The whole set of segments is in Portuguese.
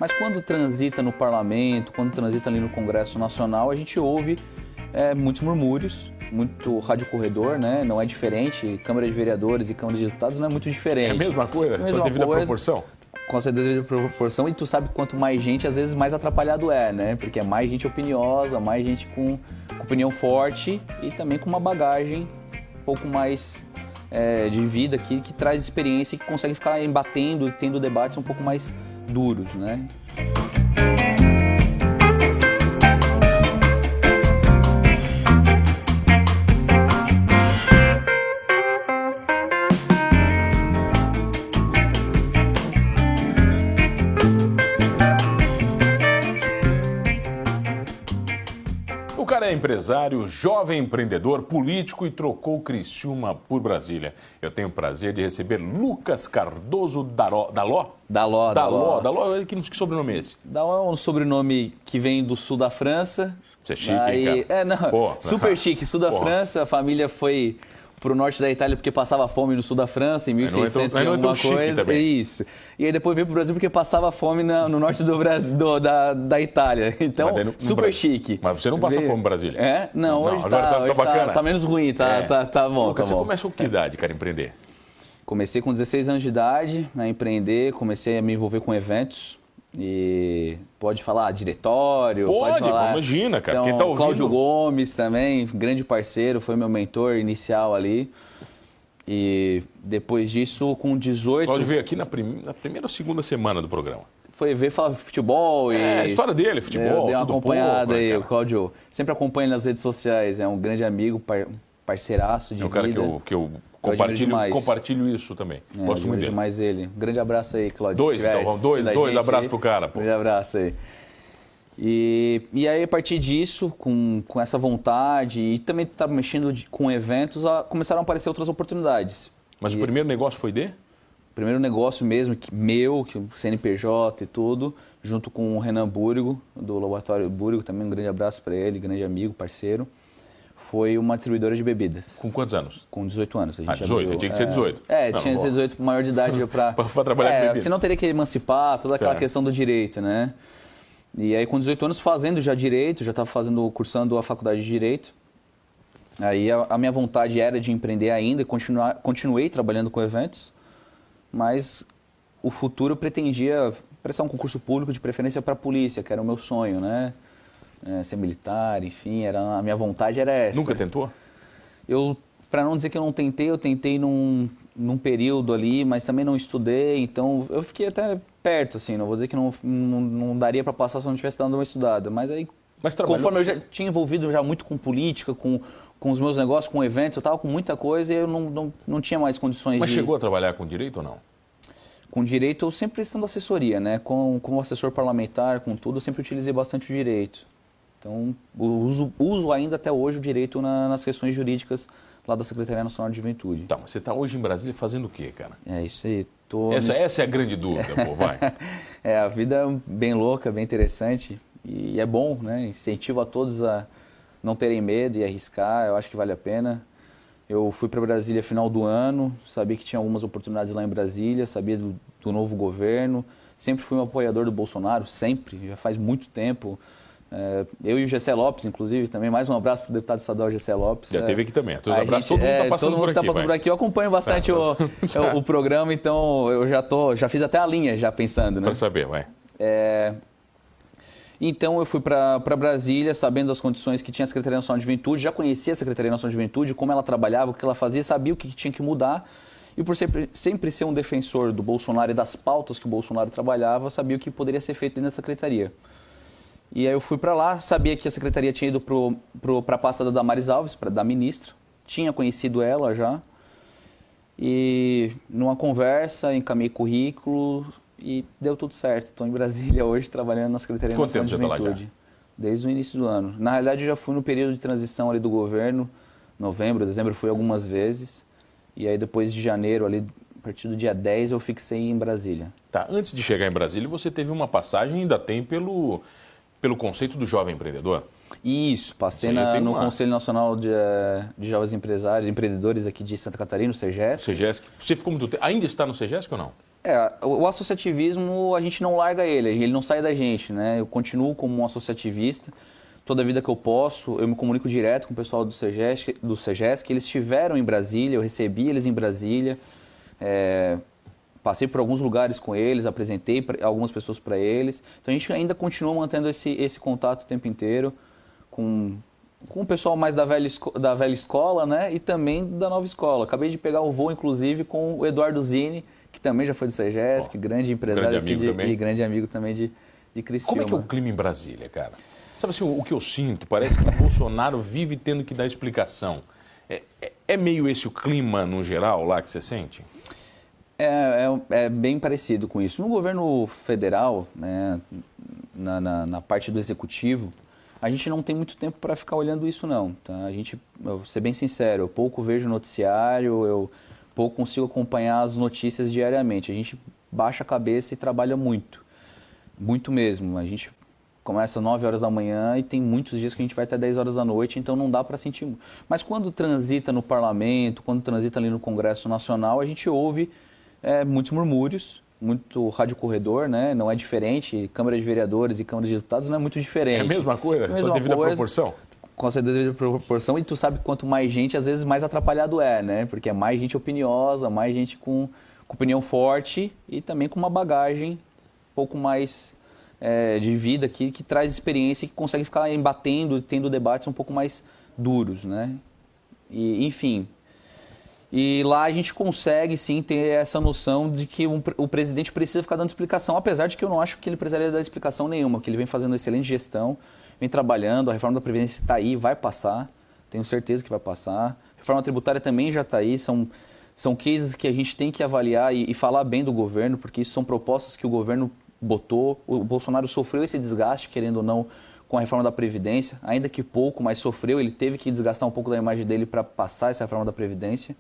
Mas quando transita no parlamento, quando transita ali no Congresso Nacional, a gente ouve muitos murmúrios, muito rádio corredor, né? Não é diferente, Câmara de Vereadores e Câmara de Deputados não é muito diferente. É a mesma coisa, mesma só devido à proporção. Com essa devida proporção, e tu sabe que quanto mais gente, às vezes mais atrapalhado né? Porque é mais gente opiniosa, mais gente com opinião forte e também com uma bagagem um pouco mais de vida que traz experiência e que consegue ficar embatendo e tendo debates um pouco mais duros, né? O cara é empresário, jovem empreendedor, político e trocou Criciúma por Brasília. Eu tenho o prazer de receber Lucas Cardoso Daló. Daló, que sobrenome é esse? Daló é um sobrenome que vem do sul da França. Você é chique, cara. Super chique. Sul da França, a família foi pro norte da Itália porque passava fome no sul da França, em 1600 e alguma coisa. Isso. E aí depois veio pro Brasil porque passava fome no norte do Brasil, da Itália. Então, super chique. Mas você não passa fome em Brasília? Não, hoje tá menos ruim, tá bom. Lucas, você começou com que idade, cara, empreender? Comecei com 16 anos de idade a empreender, comecei a me envolver com eventos. E pode falar diretório, pode falar, imagina, cara. Então, quem tá ouvindo... Cláudio Gomes também, grande parceiro, foi meu mentor inicial ali. E depois disso, com 18... Cláudio veio aqui na primeira ou segunda semana do programa. Foi ver falar futebol e... a história dele, futebol, deu uma acompanhada aí, cara. O Cláudio sempre acompanha nas redes sociais, é um grande amigo, parceiraço de vida. É um cara que eu compartilho isso também. Gosto muito dele. Demais ele. Um grande abraço aí, Cláudio. Dois abraços pro cara. Pô. Grande abraço aí. E aí, a partir disso, com essa vontade e também estava mexendo com eventos, começaram a aparecer outras oportunidades. Mas o primeiro negócio foi de? O primeiro negócio mesmo, que o CNPJ e tudo, junto com o Renan Búrigo, do Laboratório Búrigo, também um grande abraço para ele, grande amigo, parceiro. Foi uma distribuidora de bebidas. Com quantos anos? Com 18 anos. A gente 18? Tinha que ser 18. Tinha que ser 18 maior de idade para trabalhar com bebida. Senão teria que emancipar, toda aquela questão do direito, né? E aí com 18 anos fazendo já direito, já estava cursando a faculdade de direito. Aí a minha vontade era de empreender ainda, continuei trabalhando com eventos, mas o futuro eu pretendia prestar um concurso público de preferência para a polícia, que era o meu sonho, né? Ser militar, enfim, a minha vontade era essa. Nunca tentou? Para não dizer que eu não tentei, eu tentei num período ali, mas também não estudei, então eu fiquei até perto, assim, não vou dizer que não daria para passar se eu não tivesse dado uma estudada, mas aí, conforme eu já tinha envolvido já muito com política, com os meus negócios, com eventos, eu estava com muita coisa e eu não tinha mais condições Mas chegou a trabalhar com direito ou não? Com direito, eu sempre prestando assessoria, né? Como assessor parlamentar, com tudo, eu sempre utilizei bastante o direito. Então, uso ainda até hoje o direito nas questões jurídicas lá da Secretaria Nacional de Juventude. Tá, mas você está hoje em Brasília fazendo o quê, cara? É isso aí. Essa é a grande dúvida, pô, vai. A vida é bem louca, bem interessante e é bom, né? Incentivo a todos a não terem medo e arriscar, eu acho que vale a pena. Eu fui para Brasília final do ano, sabia que tinha algumas oportunidades lá em Brasília, sabia do novo governo, sempre fui um apoiador do Bolsonaro, sempre, já faz muito tempo. Eu e o Gessé Lopes, inclusive, também. Mais um abraço para o deputado estadual Gessé Lopes. Já teve aqui também. Todo mundo está passando por aqui. Eu acompanho bastante o programa, então eu já fiz até a linha, já pensando. Né? Para saber, vai. Então eu fui para Brasília, sabendo das condições que tinha a Secretaria Nacional de Juventude, já conhecia a Secretaria Nacional de Juventude, como ela trabalhava, o que ela fazia, sabia o que tinha que mudar. E por sempre ser um defensor do Bolsonaro e das pautas que o Bolsonaro trabalhava, sabia o que poderia ser feito dentro da Secretaria. E aí eu fui para lá, sabia que a secretaria tinha ido para a pasta da Damares Alves, da ministra, tinha conhecido ela já, e numa conversa encaminhei currículo e deu tudo certo. Estou em Brasília hoje trabalhando na Secretaria Nacional de Juventude. Quanto tempo você está lá já? Desde o início do ano. Na realidade eu já fui no período de transição ali do governo, novembro, dezembro fui algumas vezes, e aí depois de janeiro, ali, a partir do dia 10 eu fixei em Brasília. Tá, antes de chegar em Brasília você teve uma passagem, ainda tem pelo conceito do jovem empreendedor? Isso, passei no Conselho Nacional de Jovens Empresários, Empreendedores aqui de Santa Catarina, o CEGESC. Você ficou muito tempo. Ainda está no CEGESC ou não? O associativismo, a gente não larga ele não sai da gente, né? Eu continuo como um associativista, toda a vida que eu posso, eu me comunico direto com o pessoal do SEGESC, eles estiveram em Brasília, eu recebi eles em Brasília, passei por alguns lugares com eles, apresentei algumas pessoas para eles, então a gente ainda continua mantendo esse contato o tempo inteiro com o pessoal mais da velha escola, né? E também da nova escola. Acabei de pegar o voo, inclusive, com o Eduardo Zini, que também já foi do SEGESC, grande empresário e grande amigo também de Criciúma. Como é que é o clima em Brasília, cara? Sabe assim, o que eu sinto? Parece que o Bolsonaro vive tendo que dar explicação. É meio esse o clima, no geral, lá que você sente? É bem parecido com isso. No governo federal, né, na parte do executivo, a gente não tem muito tempo para ficar olhando isso, não. Tá? Eu vou ser bem sincero, eu pouco vejo noticiário, eu pouco consigo acompanhar as notícias diariamente. A gente baixa a cabeça e trabalha muito. Muito mesmo. A gente começa às 9 horas da manhã e tem muitos dias que a gente vai até 10 horas da noite, então não dá para sentir muito. Mas quando transita no parlamento, quando transita ali no Congresso Nacional, a gente ouve muitos murmúrios, muito rádio corredor, né? Não é diferente. Câmara de Vereadores e Câmara de Deputados não é muito diferente. É a mesma coisa, só devido à proporção. Com a devida proporção, e tu sabe que quanto mais gente, às vezes mais atrapalhado né? Porque é mais gente opiniosa, mais gente com opinião forte e também com uma bagagem um pouco mais de vida aqui, que traz experiência e que consegue ficar embatendo, tendo debates um pouco mais duros, né? E, enfim. E lá a gente consegue, sim, ter essa noção de que o presidente precisa ficar dando explicação, apesar de que eu não acho que ele precisaria dar explicação nenhuma, porque ele vem fazendo uma excelente gestão, vem trabalhando, a reforma da Previdência está aí, vai passar, tenho certeza que vai passar. A reforma tributária também já está aí, são cases que a gente tem que avaliar e falar bem do governo, porque isso são propostas que o governo botou. O Bolsonaro sofreu esse desgaste, querendo ou não, com a reforma da Previdência, ainda que pouco, mas sofreu, ele teve que desgastar um pouco da imagem dele para passar essa reforma da Previdência.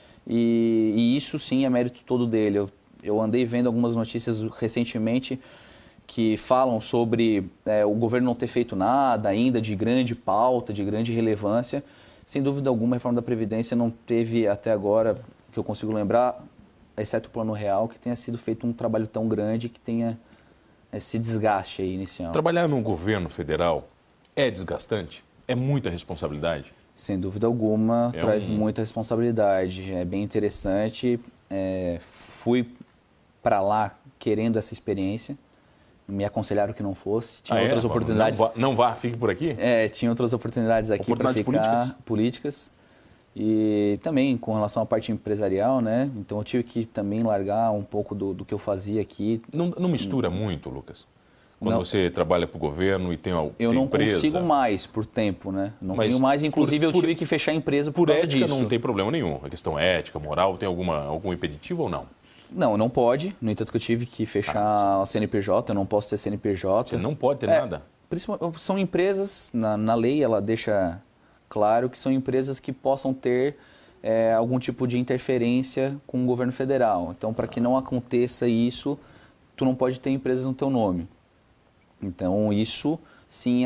E isso sim é mérito todo dele. Eu andei vendo algumas notícias recentemente que falam sobre o governo não ter feito nada ainda de grande pauta, de grande relevância. Sem dúvida alguma, a reforma da Previdência não teve até agora, que eu consigo lembrar, exceto o Plano Real, que tenha sido feito um trabalho tão grande que tenha esse desgaste aí inicial. Trabalhar num governo federal é desgastante? É muita responsabilidade? Sem dúvida alguma, traz muita responsabilidade. É bem interessante. Fui para lá querendo essa experiência. Me aconselharam que não fosse. Tinha outras oportunidades. Não vá, fique por aqui? Tinha outras oportunidades aqui para ficar. Políticas. E também com relação à parte empresarial, né? Então eu tive que também largar um pouco do que eu fazia aqui. Não mistura muito, Lucas? Quando você trabalha para o governo e tem uma empresa... Eu não consigo mais por tempo, né? Não tenho mais, inclusive eu tive que fechar a empresa por causa disso. Por ética não tem problema nenhum. A questão ética, moral, tem algum impeditivo ou não? Não pode. No entanto que eu tive que fechar o CNPJ, eu não posso ter CNPJ. Você não pode ter nada? São empresas, na lei ela deixa claro que são empresas que possam ter algum tipo de interferência com o governo federal. Então, para que não aconteça isso, tu não pode ter empresas no teu nome. Então, isso sim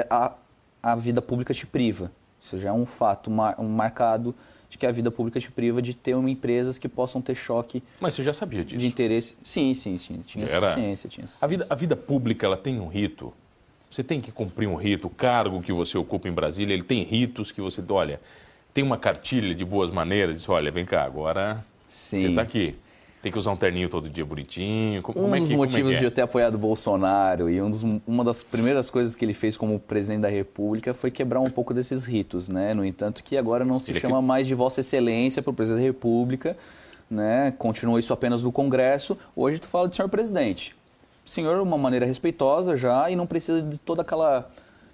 a vida pública te priva. Isso já é um fato marcado de que a vida pública te priva de ter empresas que possam ter choque. Mas você já sabia disso? De interesse. Sim. Tinha essa ciência. A vida pública ela tem um rito. Você tem que cumprir um rito. O cargo que você ocupa em Brasília, ele tem ritos que você... Olha, tem uma cartilha de boas maneiras. Diz, olha, vem cá, agora você está aqui. Tem que usar um terninho todo dia bonitinho. Um dos motivos de eu ter apoiado o Bolsonaro e uma das primeiras coisas que ele fez como presidente da República foi quebrar um pouco desses ritos, né? No entanto, que agora não se chama mais de Vossa Excelência para o presidente da República, né? Continua isso apenas do Congresso. Hoje tu fala de senhor presidente. Senhor, de uma maneira respeitosa já e não precisa de toda aquela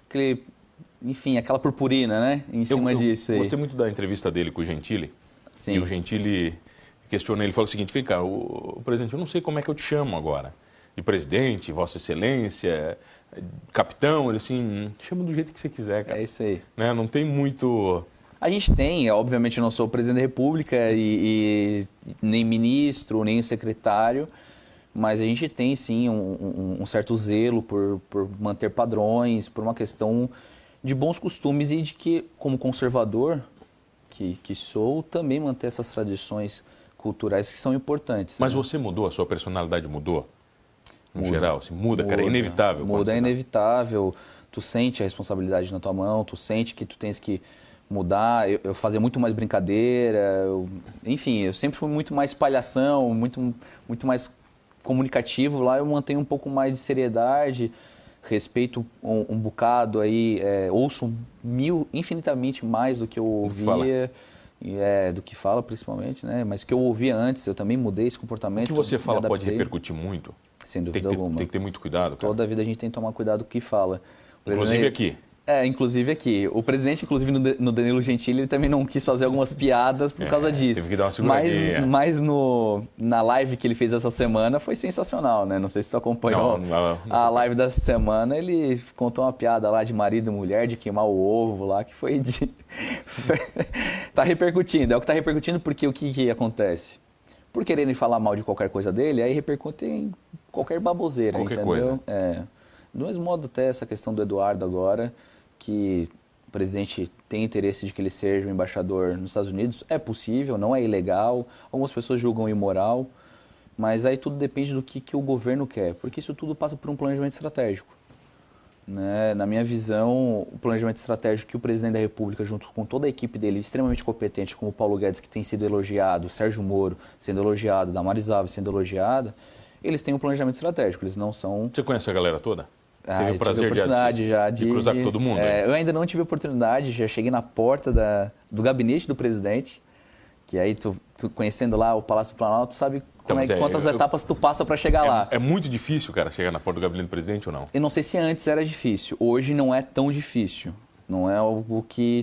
purpurina, né? Em cima disso aí. Eu gostei muito da entrevista dele com o Gentili. Sim. E o Gentili... questionei, ele falou o seguinte, vem cá, o presidente, eu não sei como é que eu te chamo agora. De presidente, Vossa Excelência, capitão, ele assim, chama do jeito que você quiser, cara. É isso aí. Né? Não tem muito... A gente tem, obviamente eu não sou o presidente da República e nem ministro, nem secretário, mas a gente tem sim um certo zelo por manter padrões, por uma questão de bons costumes e de que, como conservador que sou, também manter essas tradições culturais que são importantes. Mas né? você mudou, a sua personalidade mudou? No geral, assim, muda, cara, é inevitável. Muda, é inevitável. Tu sente a responsabilidade na tua mão, tu sente que tu tens que mudar. Eu fazia muito mais brincadeira, enfim, eu sempre fui muito mais palhação, muito mais comunicativo. Lá eu mantenho um pouco mais de seriedade, respeito um bocado aí, ouço infinitamente mais do que eu ouvia. Do que fala principalmente, né? Mas o que eu ouvia antes, eu também mudei esse comportamento. O que você fala pode repercutir muito? Sem dúvida alguma. Tem que ter muito cuidado, cara. Toda a vida a gente tem que tomar cuidado com o que fala. Inclusive aqui. Inclusive aqui. O presidente, inclusive no Danilo Gentili, ele também não quis fazer algumas piadas por causa disso. Teve que dar uma seguradinha. Mas na live que ele fez essa semana foi sensacional, né? Não sei se tu acompanhou a live dessa semana. Ele contou uma piada lá de marido e mulher, de queimar o ovo lá, que foi de... Tá repercutindo. É o que tá repercutindo porque o que acontece? Por quererem falar mal de qualquer coisa dele, aí repercute em qualquer baboseira, qualquer entendeu? Coisa. Do mesmo modo até essa questão do Eduardo agora, que o presidente tem interesse de que ele seja o embaixador nos Estados Unidos, é possível, não é ilegal, algumas pessoas julgam imoral, mas aí tudo depende do que o governo quer, porque isso tudo passa por um planejamento estratégico. Né? Na minha visão, o planejamento estratégico que o presidente da República, junto com toda a equipe dele, extremamente competente, como o Paulo Guedes, que tem sido elogiado, o Sérgio Moro sendo elogiado, Damares Alves sendo elogiada, eles têm um planejamento estratégico, eles não são... Você conhece a galera toda? Teve o prazer de cruzar com todo mundo? Eu ainda não tive a oportunidade, já cheguei na porta do gabinete do presidente, que aí tu conhecendo lá o Palácio do Planalto, sabe quantas etapas tu passa para chegar lá. É muito difícil, cara, chegar na porta do gabinete do presidente ou não? Eu não sei se antes era difícil, hoje não é tão difícil, não é algo que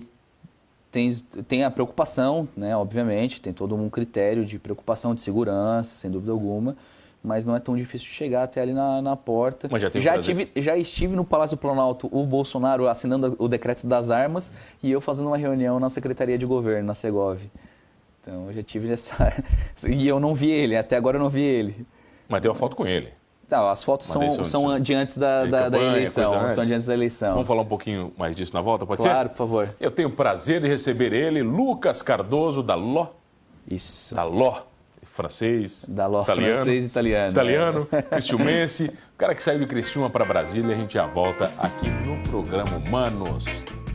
tem a preocupação, né, obviamente, tem todo um critério de preocupação de segurança, sem dúvida alguma, mas não é tão difícil chegar até ali na porta. Mas já estive no Palácio do Planalto, o Bolsonaro assinando o decreto das armas e eu fazendo uma reunião na Secretaria de Governo, na Segov. Então, eu já tive essa... E eu não vi ele, até agora eu não vi ele. Mas tem uma foto com ele. Não, as fotos são de antes da eleição. São de antes da eleição. Vamos falar um pouquinho mais disso na volta, pode ser? Claro, por favor. Eu tenho o prazer de receber ele, Lucas Cardoso, da LO. Isso. Da LO. Francês, italiano. Italiano, criciumense, o cara que saiu de Criciúma para Brasília. A gente já volta aqui no programa Humanos.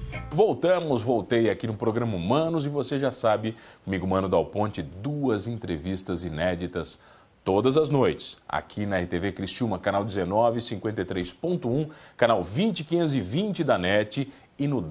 Voltei aqui no programa Humanos e você já sabe, comigo, Mano Dal Ponte, 2 entrevistas inéditas todas as noites, aqui na RTV Criciúma, canal 1953.1, canal 20520 da NET e no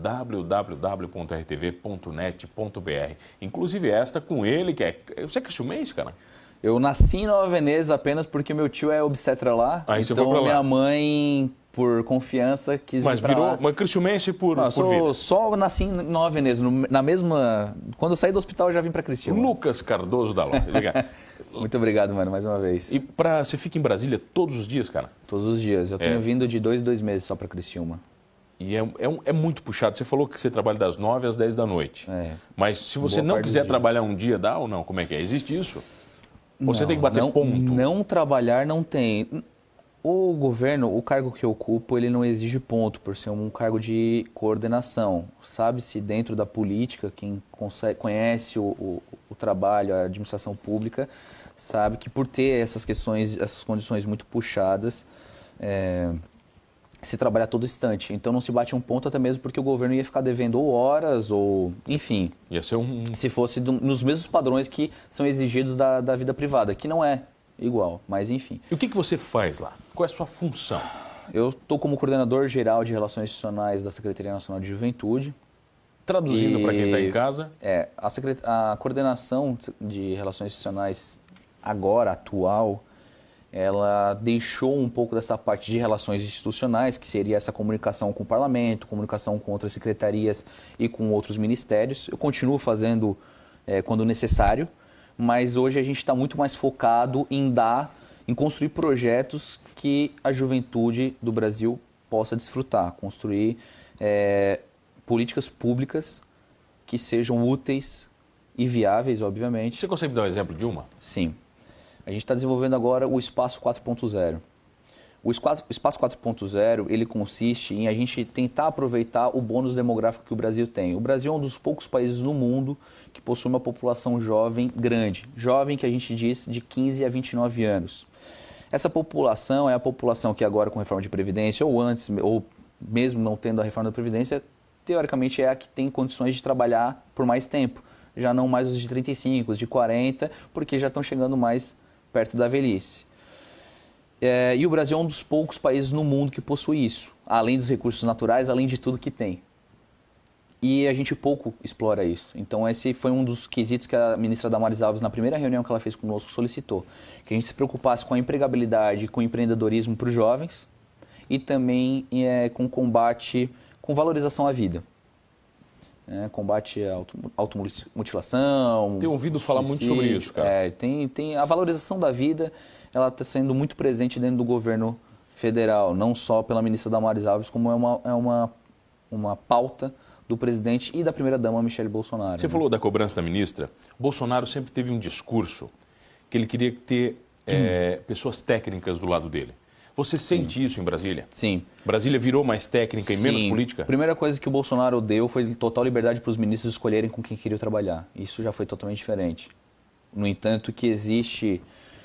www.rtv.net.br. Inclusive esta com ele, que é... Você é criciumense, cara? Eu nasci em Nova Veneza apenas porque meu tio é obstetra lá. Aí você então foi pra lá. Minha mãe, por confiança, quis ir pra lá. Mas criciumense por vida? Só nasci em Nova Veneza. Na mesma... Quando eu saí do hospital, eu já vim pra Criciúma. Lucas Cardoso da LO. Muito obrigado, mano, mais uma vez. E você fica em Brasília todos os dias, cara? Todos os dias. Eu tenho vindo de 2 em 2 meses só pra Criciúma. E é muito puxado. Você falou que você trabalha das 9 às 10 da noite. Mas se você não quiser trabalhar um dia, dá ou não? Como é que é? Existe isso? Ou você tem que bater ponto? Não trabalhar não tem. O governo, o cargo que eu ocupo, ele não exige ponto, por ser um cargo de coordenação. Sabe-se dentro da política, quem conhece o trabalho, a administração pública, sabe que por ter essas condições muito puxadas, se trabalha a todo instante. Então não se bate um ponto, até mesmo porque o governo ia ficar devendo ou horas ou... Enfim. Ia ser se fosse nos mesmos padrões que são exigidos da vida privada, que não é igual, mas enfim. E o que você faz lá? Qual é a sua função? Eu estou como coordenador geral de Relações Institucionais da Secretaria Nacional de Juventude. Traduzindo para quem está em casa. A coordenação de Relações Institucionais agora, atual, ela deixou um pouco dessa parte de relações institucionais, que seria essa comunicação com o parlamento, comunicação com outras secretarias e com outros ministérios. Eu continuo fazendo quando necessário, mas hoje a gente está muito mais focado em construir projetos que a juventude do Brasil possa desfrutar, construir políticas públicas que sejam úteis e viáveis, obviamente. Você consegue dar um exemplo de uma? Sim. A gente está desenvolvendo agora o Espaço 4.0. O Espaço 4.0, ele consiste em a gente tentar aproveitar o bônus demográfico que o Brasil tem. O Brasil é um dos poucos países no mundo que possui uma população jovem grande. Jovem que a gente diz de 15 a 29 anos. Essa população é a população que agora com a reforma de Previdência, ou antes, ou mesmo não tendo a reforma da Previdência, teoricamente é a que tem condições de trabalhar por mais tempo. Já não mais os de 35, os de 40, porque já estão chegando mais perto da velhice. E o Brasil é um dos poucos países no mundo que possui isso, além dos recursos naturais, além de tudo que tem. E a gente pouco explora isso. Então esse foi um dos quesitos que a ministra Damares Alves, na primeira reunião que ela fez conosco, solicitou. Que a gente se preocupasse com a empregabilidade, com o empreendedorismo para os jovens e também com combate, com valorização à vida. Combate à automutilação. Tenho ouvido falar muito sobre isso, cara. Tem a valorização da vida, ela está sendo muito presente dentro do governo federal, não só pela ministra Damares Alves, como é uma pauta do presidente e da primeira-dama Michele Bolsonaro. Você falou da cobrança da ministra. O Bolsonaro sempre teve um discurso que ele queria ter pessoas técnicas do lado dele. Você sente isso em Brasília? Sim. Brasília virou mais técnica e menos política? A primeira coisa que o Bolsonaro deu foi total liberdade para os ministros escolherem com quem queriam trabalhar. Isso já foi totalmente diferente. No entanto, que existe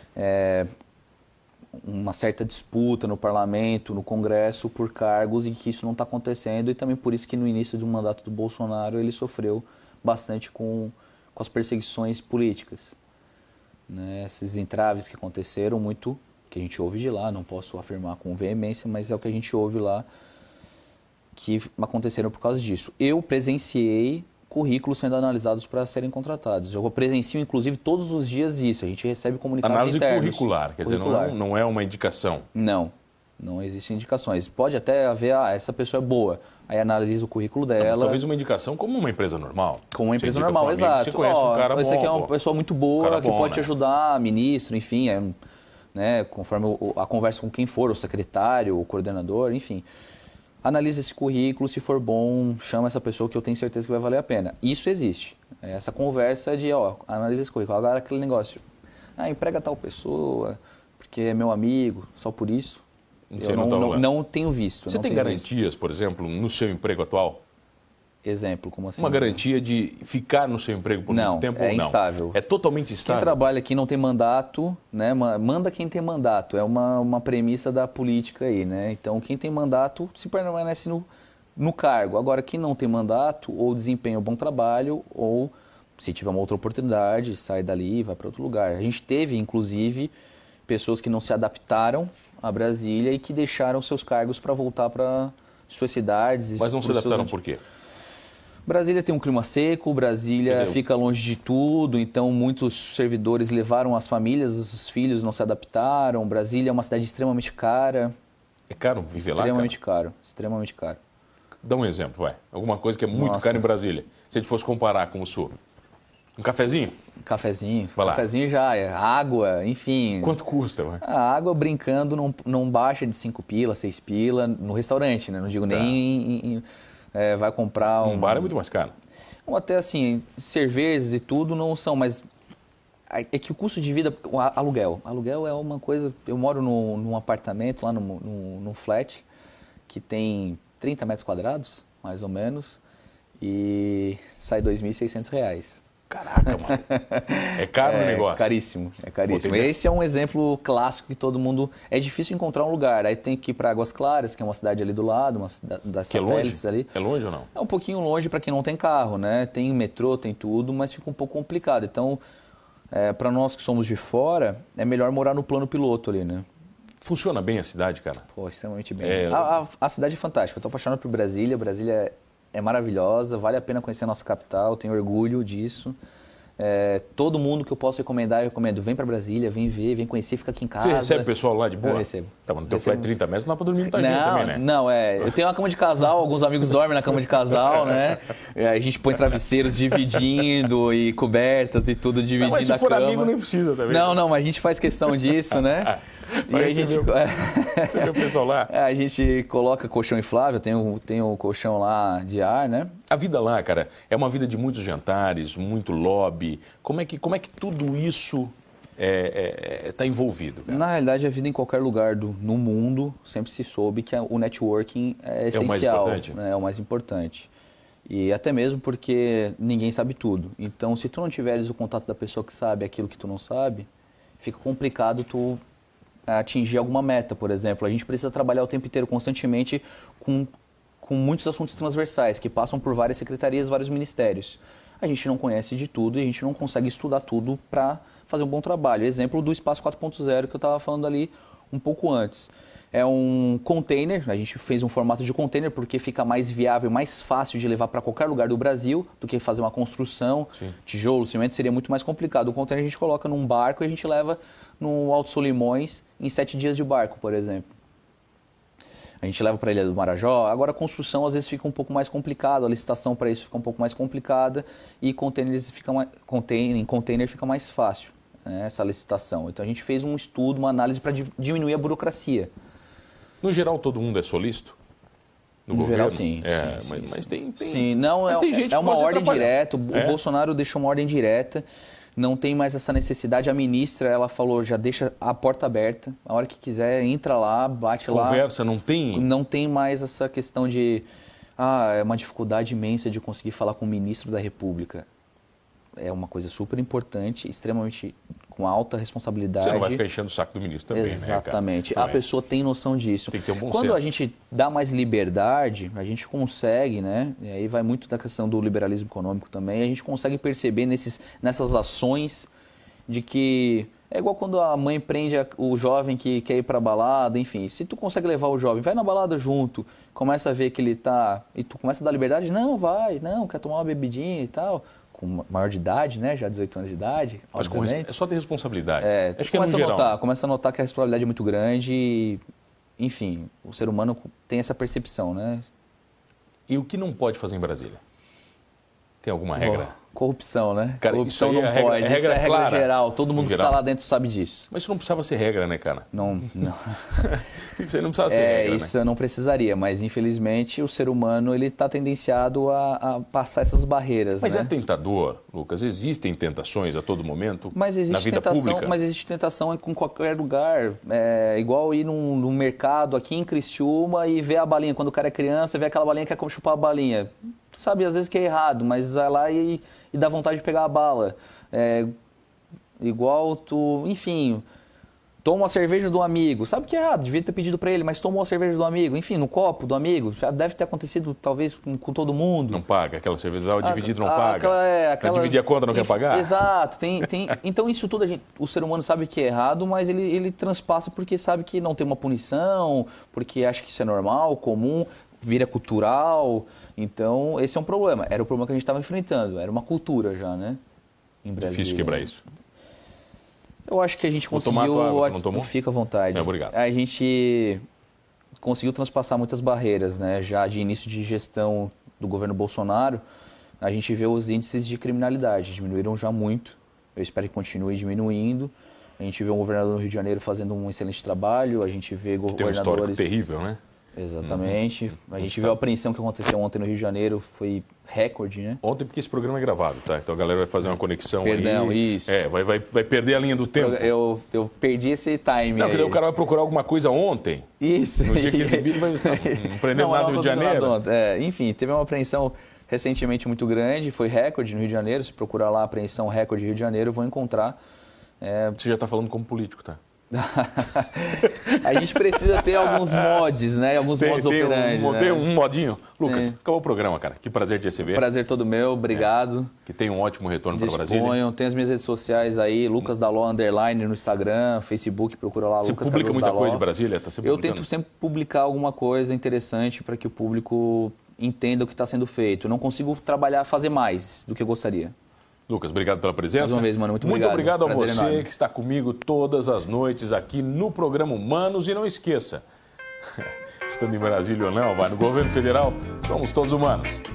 uma certa disputa no parlamento, no Congresso, por cargos, e que isso não está acontecendo. E também por isso que no início do mandato do Bolsonaro ele sofreu bastante com as perseguições políticas. Esses entraves que aconteceram muito, que a gente ouve de lá, não posso afirmar com veemência, mas é o que a gente ouve lá, que aconteceram por causa disso. Eu presenciei currículos sendo analisados para serem contratados. Eu presencio, inclusive, todos os dias isso. A gente recebe comunicados internos. Análise curricular, quer dizer, não é uma indicação. Não existem indicações. Pode até haver, essa pessoa é boa. Aí analisa o currículo dela. Mas talvez uma indicação como uma empresa normal. Como uma empresa normal, exato. Você conhece um cara bom. Você aqui é uma pessoa muito boa, que pode te ajudar, ministro, enfim, conforme a conversa com quem for, o secretário, o coordenador, enfim. Analisa esse currículo, se for bom, chama essa pessoa que eu tenho certeza que vai valer a pena. Isso existe. Essa conversa de, analisa esse currículo. Agora aquele negócio, emprega tal pessoa, porque é meu amigo, só por isso. Eu não tenho visto. Você tem garantias, por exemplo, no seu emprego atual? Exemplo, como assim? Uma garantia de ficar no seu emprego por muito tempo ou não? É instável. É totalmente instável? Quem trabalha aqui não tem mandato, manda quem tem mandato. É uma premissa da política aí, Então, quem tem mandato se permanece no cargo. Agora, quem não tem mandato, ou desempenha um bom trabalho, ou se tiver uma outra oportunidade, sai dali e vai para outro lugar. A gente teve, inclusive, pessoas que não se adaptaram a Brasília e que deixaram seus cargos para voltar para suas cidades. Mas não se adaptaram por quê? Brasília tem um clima seco, Brasília fica longe de tudo, então muitos servidores levaram as famílias, os filhos não se adaptaram. Brasília é uma cidade extremamente cara. É caro viver lá? Extremamente caro. Dá um exemplo, vai. Alguma coisa que é muito cara em Brasília. Se a gente fosse comparar com o Sul. Um cafezinho? Cafezinho. Cafezinho já é. Água, enfim. Quanto custa, vai? A água, brincando, não baixa de 5 pila, 6 pila no restaurante, Não digo nem vai comprar um bar é muito mais caro. Ou até assim, cervejas e tudo não são, mas é que o custo de vida, aluguel é uma coisa. Eu moro num apartamento lá num flat que tem 30 metros quadrados, mais ou menos, e sai R$ 2.600. Caraca, mano. É caro o negócio. Caríssimo. Esse é um exemplo clássico que todo mundo... É difícil encontrar um lugar. Aí tem que ir para Águas Claras, que é uma cidade ali do lado, uma das satélites ali. É longe ou não? É um pouquinho longe para quem não tem carro, Tem metrô, tem tudo, mas fica um pouco complicado. Então, para nós que somos de fora, é melhor morar no plano piloto ali, Funciona bem a cidade, cara? Extremamente bem. A cidade é fantástica. Eu estou apaixonado por Brasília. Brasília é maravilhosa, vale a pena conhecer a nossa capital, tenho orgulho disso. Todo mundo que eu posso recomendar, eu recomendo. Vem para Brasília, vem ver, vem conhecer, fica aqui em casa. Você recebe o pessoal lá de boa? Eu recebo. Tá, mas no teu flat 30 metros não dá para dormir muita gente também, né? Não, eu tenho uma cama de casal, alguns amigos dormem na cama de casal, A gente põe travesseiros dividindo e cobertas e tudo dividindo a cama. Mas se for amigo nem precisa também. Não, mas a gente faz questão disso, E a gente... Você vê o pessoal lá? A gente coloca colchão inflável, tem o colchão lá de ar, A vida lá, cara, é uma vida de muitos jantares, muito lobby. Como é que tudo isso está envolvido, cara? Na realidade, a vida em qualquer lugar no mundo sempre se soube que o networking é essencial. É o mais importante? Né? É o mais importante. E até mesmo porque ninguém sabe tudo. Então, se tu não tiveres o contato da pessoa que sabe aquilo que tu não sabe, fica complicado tu atingir alguma meta, por exemplo. A gente precisa trabalhar o tempo inteiro, constantemente, com muitos assuntos transversais, que passam por várias secretarias, vários ministérios. A gente não conhece de tudo e a gente não consegue estudar tudo para fazer um bom trabalho. Exemplo do Espaço 4.0 que eu estava falando ali um pouco antes. É um container, a gente fez um formato de container porque fica mais viável, mais fácil de levar para qualquer lugar do Brasil do que fazer uma construção. Sim. Tijolo, cimento seria muito mais complicado. O container a gente coloca num barco e a gente leva no Alto Solimões em 7 dias de barco, por exemplo. A gente leva para a Ilha do Marajó. Agora a construção às vezes fica um pouco mais complicada, a licitação para isso fica um pouco mais complicada e container fica mais fácil, né, essa licitação. Então a gente fez um estudo, uma análise para diminuir a burocracia. No geral todo mundo é solícito? No geral, sim. Mas tem sim, não, mas tem gente é uma ordem direta. O É? Bolsonaro deixou uma ordem direta. Não tem mais essa necessidade. A ministra, ela falou, já deixa a porta aberta. A hora que quiser, entra lá, bate lá. Conversa, não tem? Não tem mais essa questão de... é uma dificuldade imensa de conseguir falar com o ministro da República. É uma coisa super importante, extremamente com alta responsabilidade. Você não vai ficar enchendo o saco do ministro também, Exatamente. né, cara? A pessoa tem noção disso. Tem que ter um bom Quando senso. a gente dá mais liberdade, a gente consegue, né? E aí vai muito da questão do liberalismo econômico também, a gente consegue perceber nessas ações de que... É igual quando a mãe prende o jovem que quer ir pra balada, enfim. Se tu consegue levar o jovem, vai na balada junto, começa a ver que ele tá... E tu começa a dar liberdade, não, vai, não, quer tomar uma bebidinha e tal... Com maior de idade, né? Já 18 anos de idade. Mas é só ter responsabilidade. Acho que começa a notar que a responsabilidade é muito grande e, enfim, o ser humano tem essa percepção, né? E o que não pode fazer em Brasília? Tem alguma regra? Corrupção, né? Cara, corrupção isso aí não é pode. Isso é regra clara, geral. Todo mundo que está lá dentro sabe disso. Mas isso não precisava ser regra, né, cara? Não. Isso aí não precisava ser regra, isso né? não precisaria, mas infelizmente o ser humano ele está tendenciado a passar essas barreiras. Mas né? é tentador, Lucas? Existem tentações a todo momento mas existe na vida pública? Mas existe tentação com qualquer lugar. É igual ir num mercado aqui em Criciúma e ver a balinha. Quando o cara é criança, vê aquela balinha e quer chupar a balinha. Tu sabe às vezes que é errado, mas vai lá e dá vontade de pegar a bala. Igual tu, enfim, toma uma cerveja do amigo. Sabe que é errado, devia ter pedido para ele, mas tomou a cerveja do amigo. Enfim, no copo do amigo. Já deve ter acontecido, talvez, com todo mundo. Não paga, aquela cerveja, o dividido não paga. Aquela... dividir a conta não quer pagar? Exato. Então isso tudo, o ser humano sabe que é errado, mas ele transpassa porque sabe que não tem uma punição, porque acha que isso é normal, comum, vira cultural. Então, esse é um problema. Era o problema que a gente estava enfrentando. Era uma cultura já, né? Em Brasília. Difícil quebrar isso. Eu acho que a gente conseguiu... Vou tomar a tua água, não tomou? Fica à vontade. Obrigado. A gente conseguiu transpassar muitas barreiras, né? Já de início de gestão do governo Bolsonaro, a gente vê os índices de criminalidade. Diminuíram já muito. Eu espero que continue diminuindo. A gente vê o governador do Rio de Janeiro fazendo um excelente trabalho. A gente vê governadores... Tem um histórico terrível, né? Exatamente. A gente viu a apreensão que aconteceu ontem no Rio de Janeiro, foi recorde, né? Ontem porque esse programa é gravado, tá? Então a galera vai fazer uma conexão aí. Isso. Vai perder a linha do tempo. Eu perdi esse time. Não, porque o cara vai procurar alguma coisa ontem. Isso. No dia que exibir, vai estar não prendeu nada no Rio de Janeiro. Enfim, teve uma apreensão recentemente muito grande, foi recorde no Rio de Janeiro. Se procurar lá apreensão recorde Rio de Janeiro, vão encontrar. Você já está falando como político, tá? A gente precisa ter alguns mods, né? Alguns mods operantes. Montei um modinho. Lucas, acabou o programa, cara. Que prazer te receber. Prazer todo meu, obrigado. Que tenha um ótimo retorno para Brasília. Tem as minhas redes sociais aí, Lucas Daló _ no Instagram, Facebook, procura lá. Você Lucas publica Cardoso muita Daló. coisa de Brasília? Tá sempre Eu tento sempre publicar alguma coisa interessante para que o público entenda o que está sendo feito. Eu não consigo fazer mais do que eu gostaria. Lucas, obrigado pela presença. Mais uma vez, mano, muito obrigado a Prazer você enorme. que está comigo todas as noites aqui no programa Humanos. E não esqueça, estando em Brasília ou não, vai no governo federal, somos todos humanos.